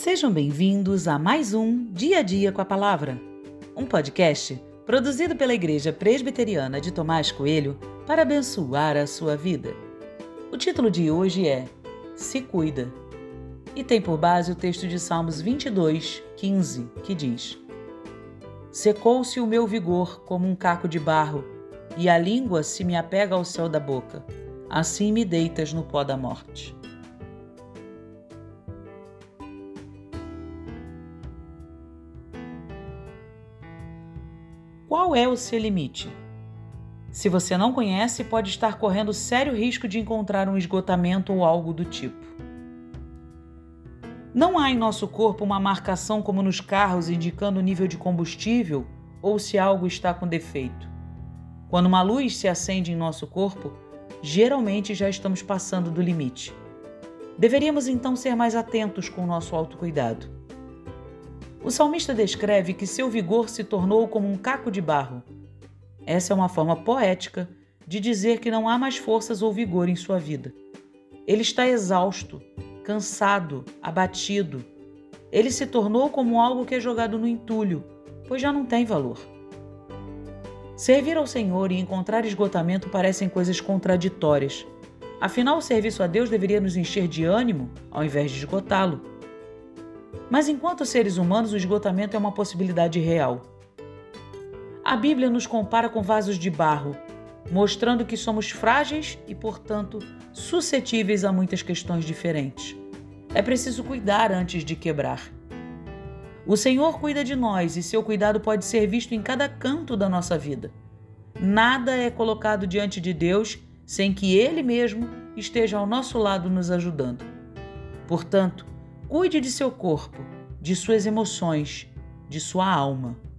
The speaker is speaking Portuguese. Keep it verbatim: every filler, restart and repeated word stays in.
Sejam bem-vindos a mais um Dia a Dia com a Palavra, um podcast produzido pela Igreja Presbiteriana de Tomás Coelho para abençoar a sua vida. O título de hoje é Se Cuida e tem por base o texto de Salmos vinte e dois, quinze, que diz: Secou-se o meu vigor como um caco de barro, e a língua se me apega ao céu da boca, assim me deitas no pó da morte. Qual é o seu limite? Se você não conhece, pode estar correndo sério risco de encontrar um esgotamento ou algo do tipo. Não há em nosso corpo uma marcação como nos carros indicando o nível de combustível ou se algo está com defeito. Quando uma luz se acende em nosso corpo, geralmente já estamos passando do limite. Deveríamos então ser mais atentos com o nosso autocuidado. O salmista descreve que seu vigor se tornou como um caco de barro. Essa é uma forma poética de dizer que não há mais forças ou vigor em sua vida. Ele está exausto, cansado, abatido. Ele se tornou como algo que é jogado no entulho, pois já não tem valor. Servir ao Senhor e encontrar esgotamento parecem coisas contraditórias. Afinal, o serviço a Deus deveria nos encher de ânimo, ao invés de esgotá-lo. Mas enquanto seres humanos, o esgotamento é uma possibilidade real. A Bíblia nos compara com vasos de barro, mostrando que somos frágeis e, portanto, suscetíveis a muitas questões diferentes. É preciso cuidar antes de quebrar. O Senhor cuida de nós e seu cuidado pode ser visto em cada canto da nossa vida. Nada é colocado diante de Deus sem que Ele mesmo esteja ao nosso lado nos ajudando. Portanto, cuide de seu corpo, de suas emoções, de sua alma.